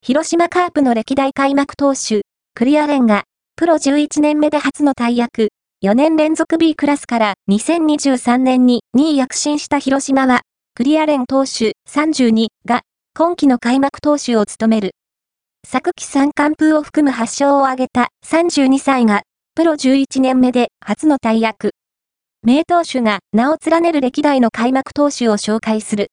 広島カープの歴代開幕投手、栗アレンが、プロ11年目で初の大役、4年連続 B クラスから2023年に2位躍進した広島は、栗アレン投手32が、今季の開幕投手を務める。昨季3完封を含む8勝を挙げた32歳が、プロ11年目で初の大役。名投手が名を連ねる歴代の開幕投手を紹介する。